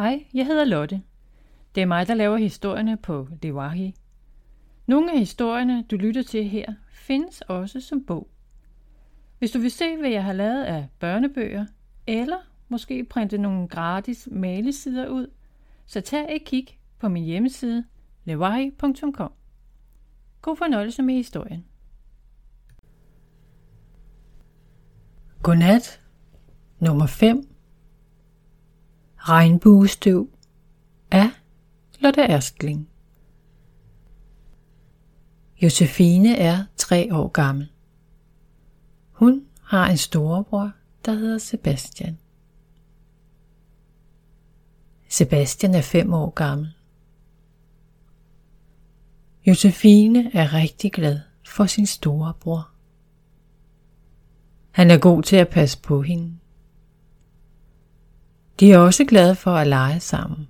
Hej, jeg hedder Lotte. Det er mig, der laver historierne på Lewahi. Nogle af historierne, du lytter til her, findes også som bog. Hvis du vil se, hvad jeg har lavet af børnebøger, eller måske printe nogle gratis malesider ud, så tag et kig på min hjemmeside lewahi.com. God fornøjelse med historien. Godnat, nummer 5. Regnbuestøv af Lotte Erstling. Josefine er 3 år gammel. Hun har en storebror, der hedder Sebastian. Sebastian er 5 år gammel. Josefine er rigtig glad for sin storebror. Han er god til at passe på hende. De er også glade for at lege sammen.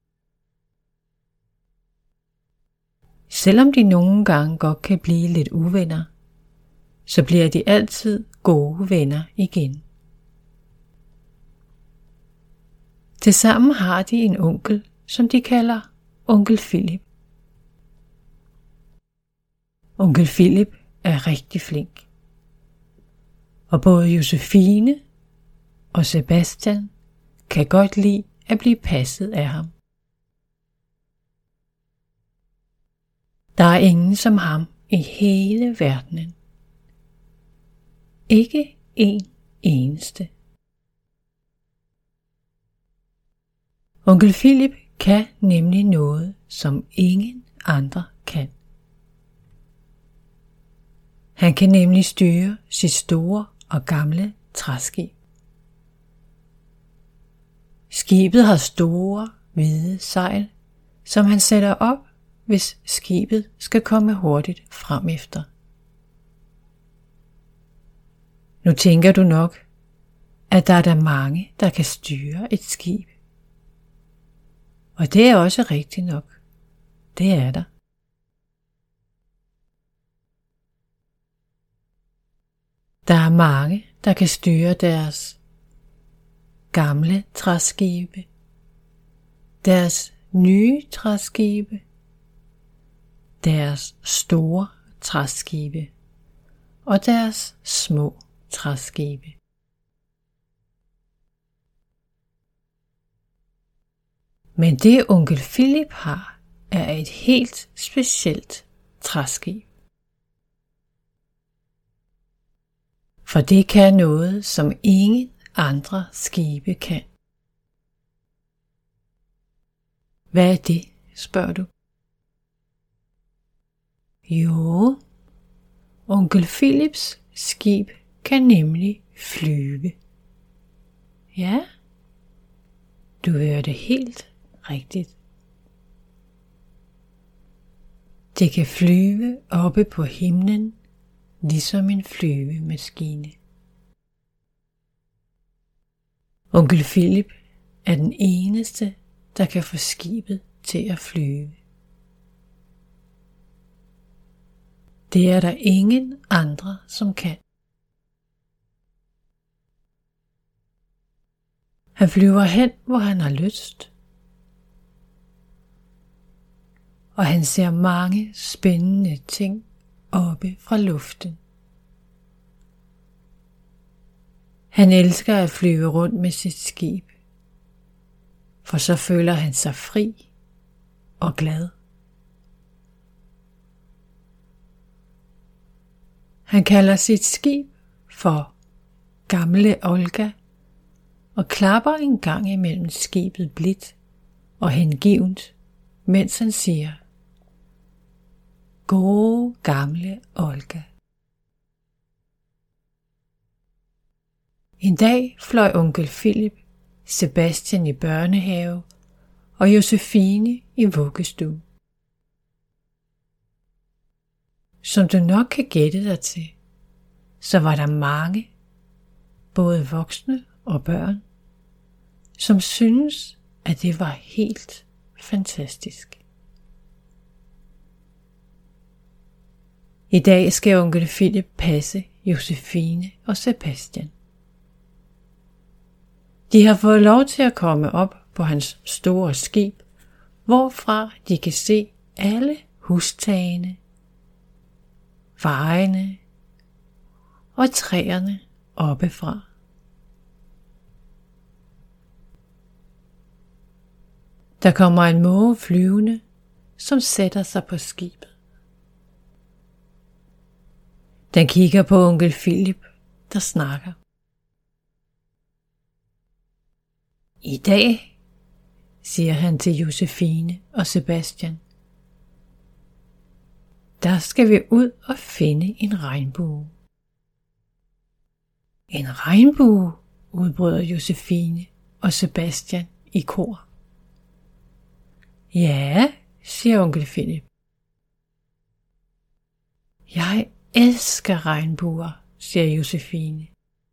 Selvom de nogle gange godt kan blive lidt uvenner, så bliver de altid gode venner igen. Tilsammen har de en onkel, som de kalder onkel Philip. Onkel Philip er rigtig flink. Og både Josefine og Sebastian kan godt lide at blive passet af ham. Der er ingen som ham i hele verdenen. Ikke en eneste. Onkel Philip kan nemlig noget, som ingen andre kan. Han kan nemlig styre sit store og gamle træskib. Skibet har store, hvide sejl, som han sætter op, hvis skibet skal komme hurtigt frem efter. Nu tænker du nok, at der er der mange, der kan styre et skib. Og det er også rigtigt nok. Det er der. Der er mange, der kan styre deres gamle træskibe, deres nye træskibe, deres store træskibe og deres små træskibe. Men det onkel Philip har, er et helt specielt træskib. For det kan noget, som ingen andre skibe kan. Hvad er det, spørger du? Jo, onkel Philips skib kan nemlig flyve. Ja, du hørte helt rigtigt. Det kan flyve oppe på himlen, ligesom en flyvemaskine. Onkel Philip er den eneste, der kan få skibet til at flyve. Det er der ingen andre, som kan. Han flyver hen, hvor han har lyst. Og han ser mange spændende ting oppe fra luften. Han elsker at flyve rundt med sit skib, for så føler han sig fri og glad. Han kalder sit skib for Gamle Olga og klapper en gang imellem skibet blidt og hengivent, mens han siger: Gode gamle Olga. En dag fløj onkel Philip, Sebastian i børnehave og Josefine i vuggestue. Som du nok kan gætte dig til, så var der mange, både voksne og børn, som syntes, at det var helt fantastisk. I dag skal onkel Philip passe Josefine og Sebastian. De har fået lov til at komme op på hans store skib, hvorfra de kan se alle hustagene, vejene og træerne oppefra. Der kommer en måge flyvende, som sætter sig på skibet. Den kigger på onkel Philip, der snakker. I dag, siger han til Josefine og Sebastian, der skal vi ud og finde en regnbue. En regnbue, udbryder Josefine og Sebastian i kor. Ja, siger onkel Philip. Jeg elsker regnbuer, siger Josefine.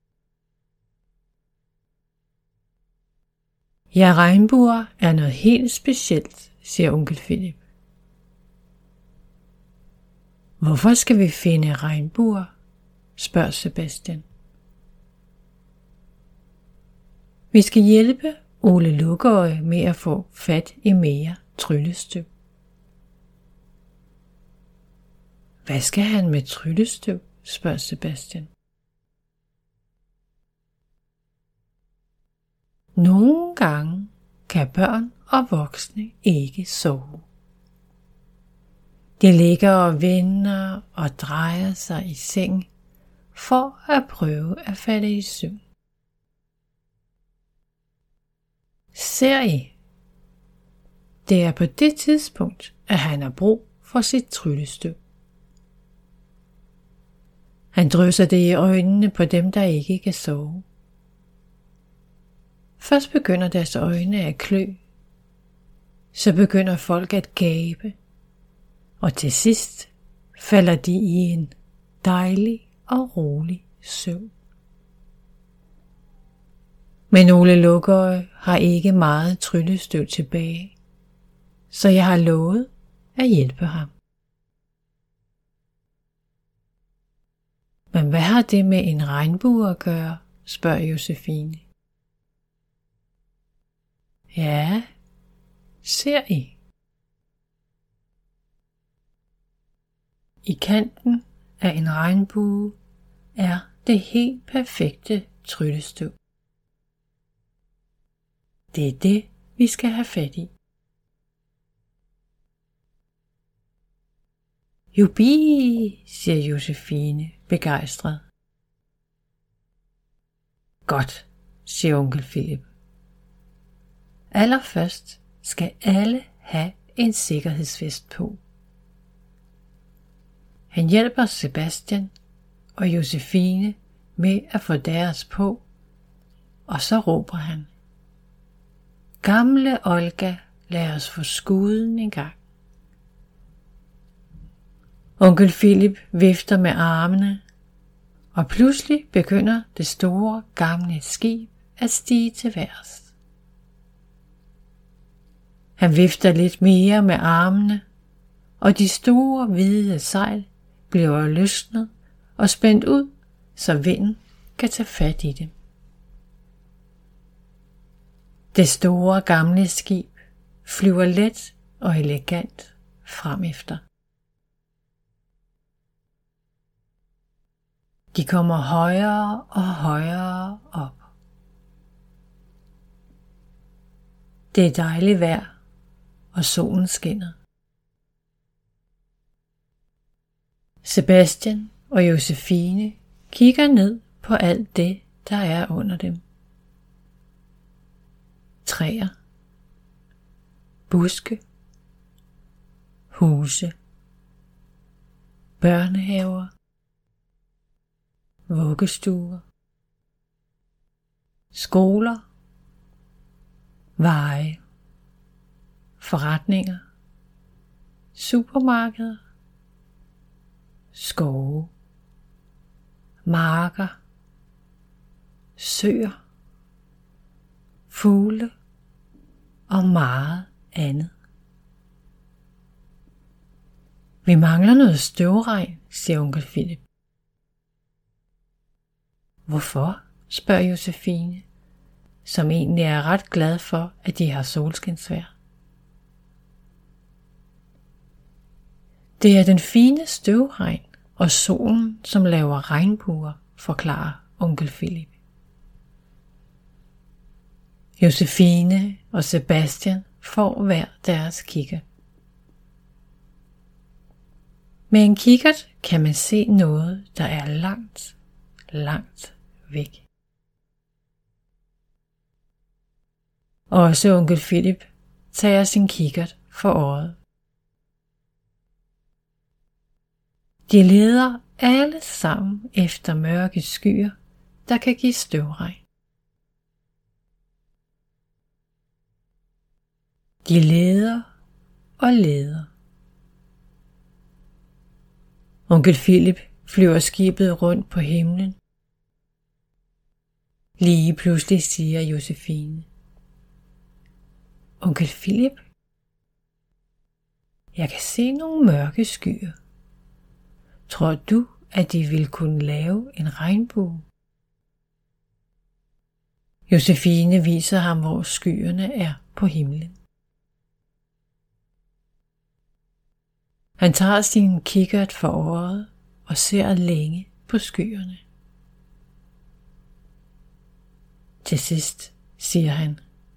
Ja, regnbuer er noget helt specielt, siger onkel Philip. Hvorfor skal vi finde regnbuer? Spørger Sebastian. Vi skal hjælpe Ole Lukøje med at få fat i mere tryllestøv. Hvad skal han med tryllestøv? Spørger Sebastian. Nogle gange kan børn og voksne ikke sove. De ligger og vender og drejer sig i seng for at prøve at falde i søvn. Ser I? Det er på det tidspunkt, at han har brug for sit tryllestøv. Han drysser det i øjnene på dem, der ikke kan sove. Først begynder deres øjne at klø. Så begynder folk at gabe. Og til sidst falder de i en dejlig og rolig søvn. Men Ole Lukøje har ikke meget tryllestøv tilbage, så jeg har lovet at hjælpe ham. Men hvad har det med en regnbue at gøre, spørger Josefine. Ja, ser I? I kanten af en regnbue er det helt perfekte tryllestøv. Det er det, vi skal have fat i. Jubi, siger Josefine begejstret. Godt, siger onkel Philip. Allerførst skal alle have en sikkerhedsvest på. Han hjælper Sebastian og Josefine med at få deres på, og så råber han: Gamle Olga, lad os få skuden en gang. Onkel Philip vifter med armene, og pludselig begynder det store gamle skib at stige til værs. Han vifter lidt mere med armene, og de store hvide sejl bliver løsnet og spændt ud, så vinden kan tage fat i dem. Det store gamle skib flyver let og elegant fremefter. De kommer højere og højere op. Det er dejligt vejr, og solen skinner. Sebastian og Josefine kigger ned på alt det, der er under dem. Træer, buske, huse, børnehaver, vuggestuer, skoler, veje, forretninger, supermarkeder, skove, marker, søer, fugle og meget andet. Vi mangler noget støvregn, siger onkel Philip. Hvorfor? Spørger Josefine. som egentlig er ret glad for, at de har solskinsvejr. Det er den fine støvregn og solen, som laver regnbuer, forklarer onkel Philip. Josefine og Sebastian får hver deres kikkert. Med en kikkert kan man se noget, der er langt, langt væk. Også onkel Philip tager sin kikkert for øjet. De leder alle sammen efter mørke skyer, der kan give støvregn. De leder og leder. Onkel Philip flyver skibet rundt på himlen. Lige pludselig siger Josefine: Onkel Philip, jeg kan se nogle mørke skyer. Tror du, at de vil kunne lave en regnbue? Josefine viser ham, hvor skyerne er på himlen. Han tager sin kikkert for øjet og ser længe på skyerne. Til sidst siger han: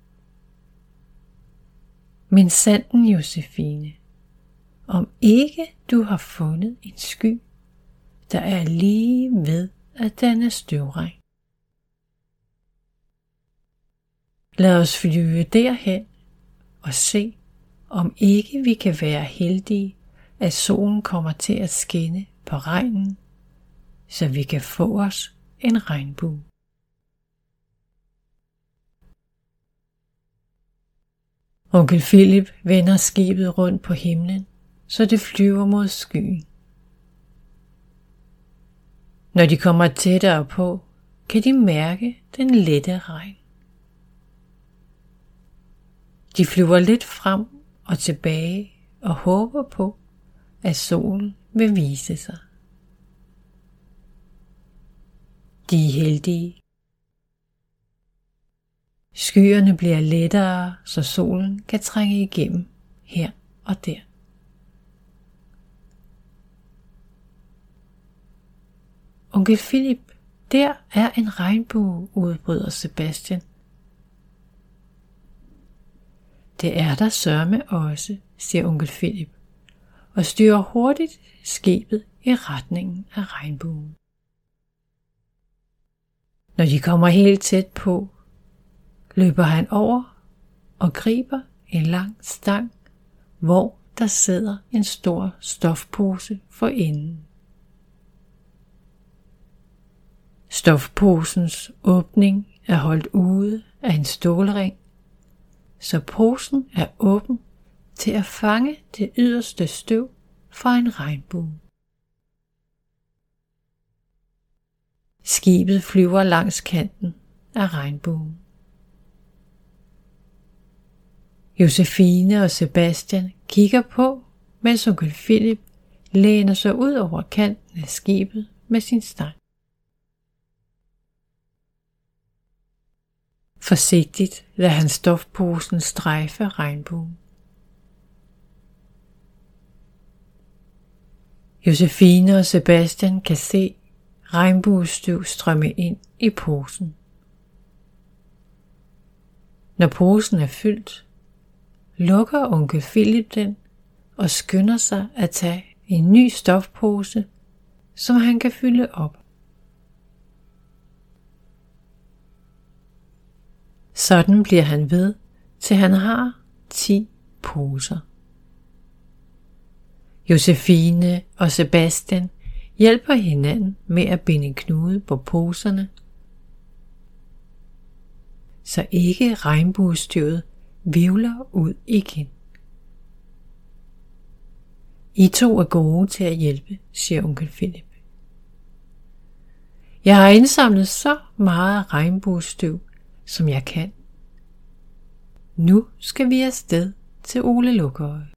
Men sanden, Josefine, om ikke du har fundet en sky, der er lige ved at danne støvregn. Lad os flyve derhen og se, om ikke vi kan være heldige, at solen kommer til at skinne på regnen, så vi kan få os en regnbue. Onkel Philip vender skibet rundt på himlen, så det flyver mod skyen. Når de kommer tættere på, kan de mærke den lette regn. De flyver lidt frem og tilbage og håber på, at solen vil vise sig. De er heldige. Skyerne bliver lettere, så solen kan trænge igennem her og der. Onkel Philip, der er en regnbue, udbryder Sebastian. Det er der sørme også, siger onkel Philip, og styrer hurtigt skibet i retningen af regnbuen. Når de kommer helt tæt på, løber han over og griber en lang stang, hvor der sidder en stor stofpose for enden. Stofposens åbning er holdt ude af en stålring, så posen er åben til at fange det yderste støv fra en regnbue. Skibet flyver langs kanten af regnbuen. Josefine og Sebastian kigger på, mens onkel Philip læner sig ud over kanten af skibet med sin stang. Forsigtigt lader han stofposen strejfe regnbuen. Josefine og Sebastian kan se regnbuestøv strømme ind i posen. Når posen er fyldt, lukker onkel Philip den og skynder sig at tage en ny stofpose, som han kan fylde op. Sådan bliver han ved, til han har 10 poser. Josefine og Sebastian hjælper hinanden med at binde knude på poserne, så ikke regnbuestøvet hvirvler ud igen. I to er gode til at hjælpe, siger onkel Philip. Jeg har indsamlet så meget regnbuestøv, som jeg kan. Nu skal vi afsted til Ole Lukøje.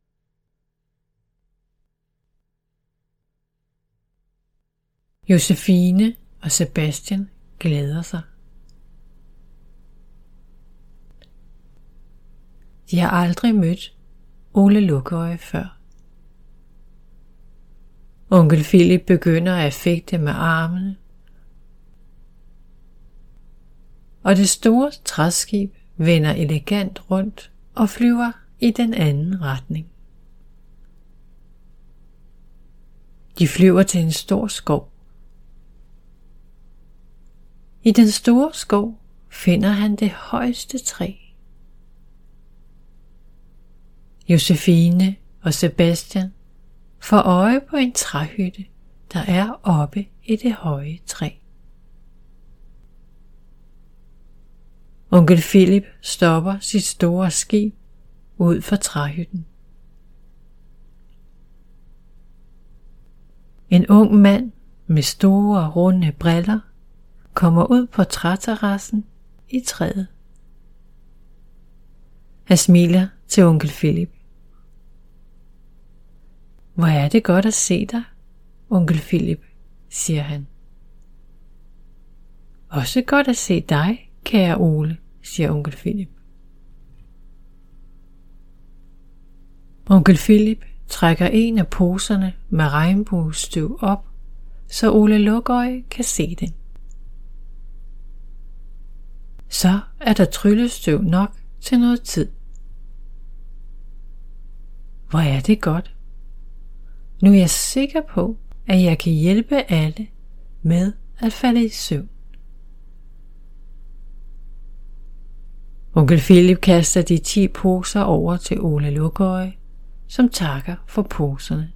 Josefine og Sebastian glæder sig. De har aldrig mødt Ole Lukøje før. Onkel Philip begynder at fægte med armene, og det store træskib vender elegant rundt og flyver i den anden retning. De flyver til en stor skov. I den store skov finder han det højeste træ. Josefine og Sebastian får øje på en træhytte, der er oppe i det høje træ. Onkel Philip stopper sit store skib ud for træhytten. En ung mand med store runde briller kommer ud på træterrassen i træet. Han smiler til onkel Philip. Hvor er det godt at se dig, onkel Philip, siger han. Også godt at se dig, kære Ole, siger onkel Philip. Onkel Philip trækker en af poserne med regnbuestøv op, så Ole Lukøje kan se den. Så er der tryllestøv nok til noget tid. Hvor er det godt. Nu er jeg sikker på, at jeg kan hjælpe alle med at falde i søvn. Onkel Philip kaster de 10 poser over til Ole Lukøje, som takker for poserne.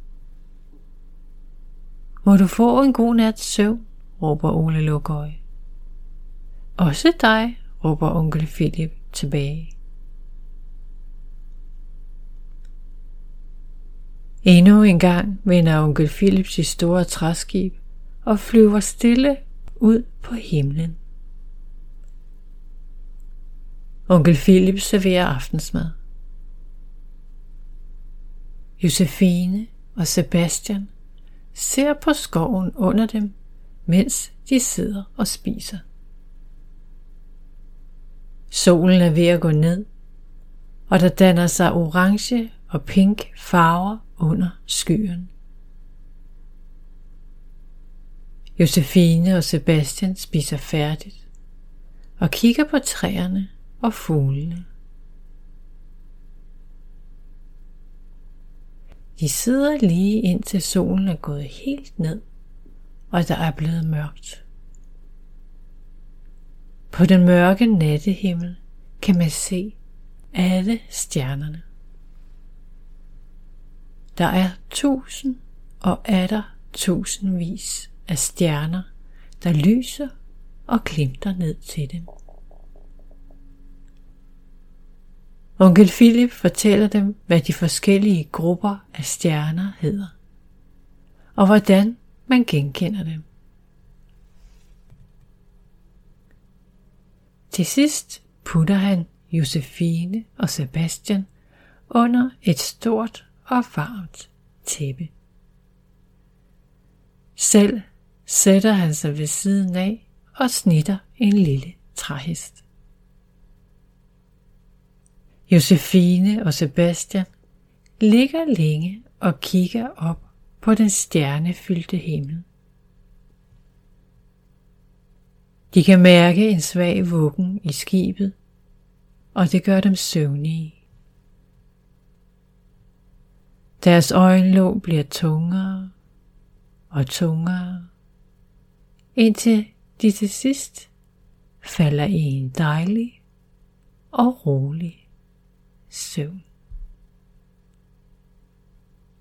Må du få en god nats søvn, råber Ole Lukøje. Også dig, råber onkel Philip tilbage. Endnu en gang vender onkel Philip sit store træskib og flyver stille ud på himlen. Onkel Philip serverer aftensmad. Josefine og Sebastian ser på skoven under dem, mens de sidder og spiser. Solen er ved at gå ned, og der danner sig orange og pink farver under skyen. Josefine og Sebastian spiser færdigt og kigger på træerne og fuglene. De sidder lige indtil solen er gået helt ned, og der er blevet mørkt. På den mørke nattehimmel kan man se alle stjernerne. Der er 1000 og atter tusindvis af stjerner, der lyser og glimter ned til dem. Onkel Philip fortæller dem, hvad de forskellige grupper af stjerner hedder, og hvordan man genkender dem. Til sidst putter han Josefine og Sebastian under et stort og varmt tæppe. Selv sætter han sig ved siden af og snitter en lille træhest. Josefine og Sebastian ligger længe og kigger op på den stjernefyldte himmel. De kan mærke en svag vuggen i skibet, og det gør dem søvnige. Deres øjenlåg bliver tungere og tungere, indtil de til sidst falder i en dejlig og rolig søvn.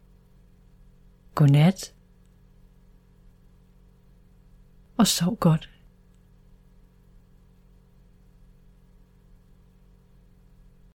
Godnat og sov godt.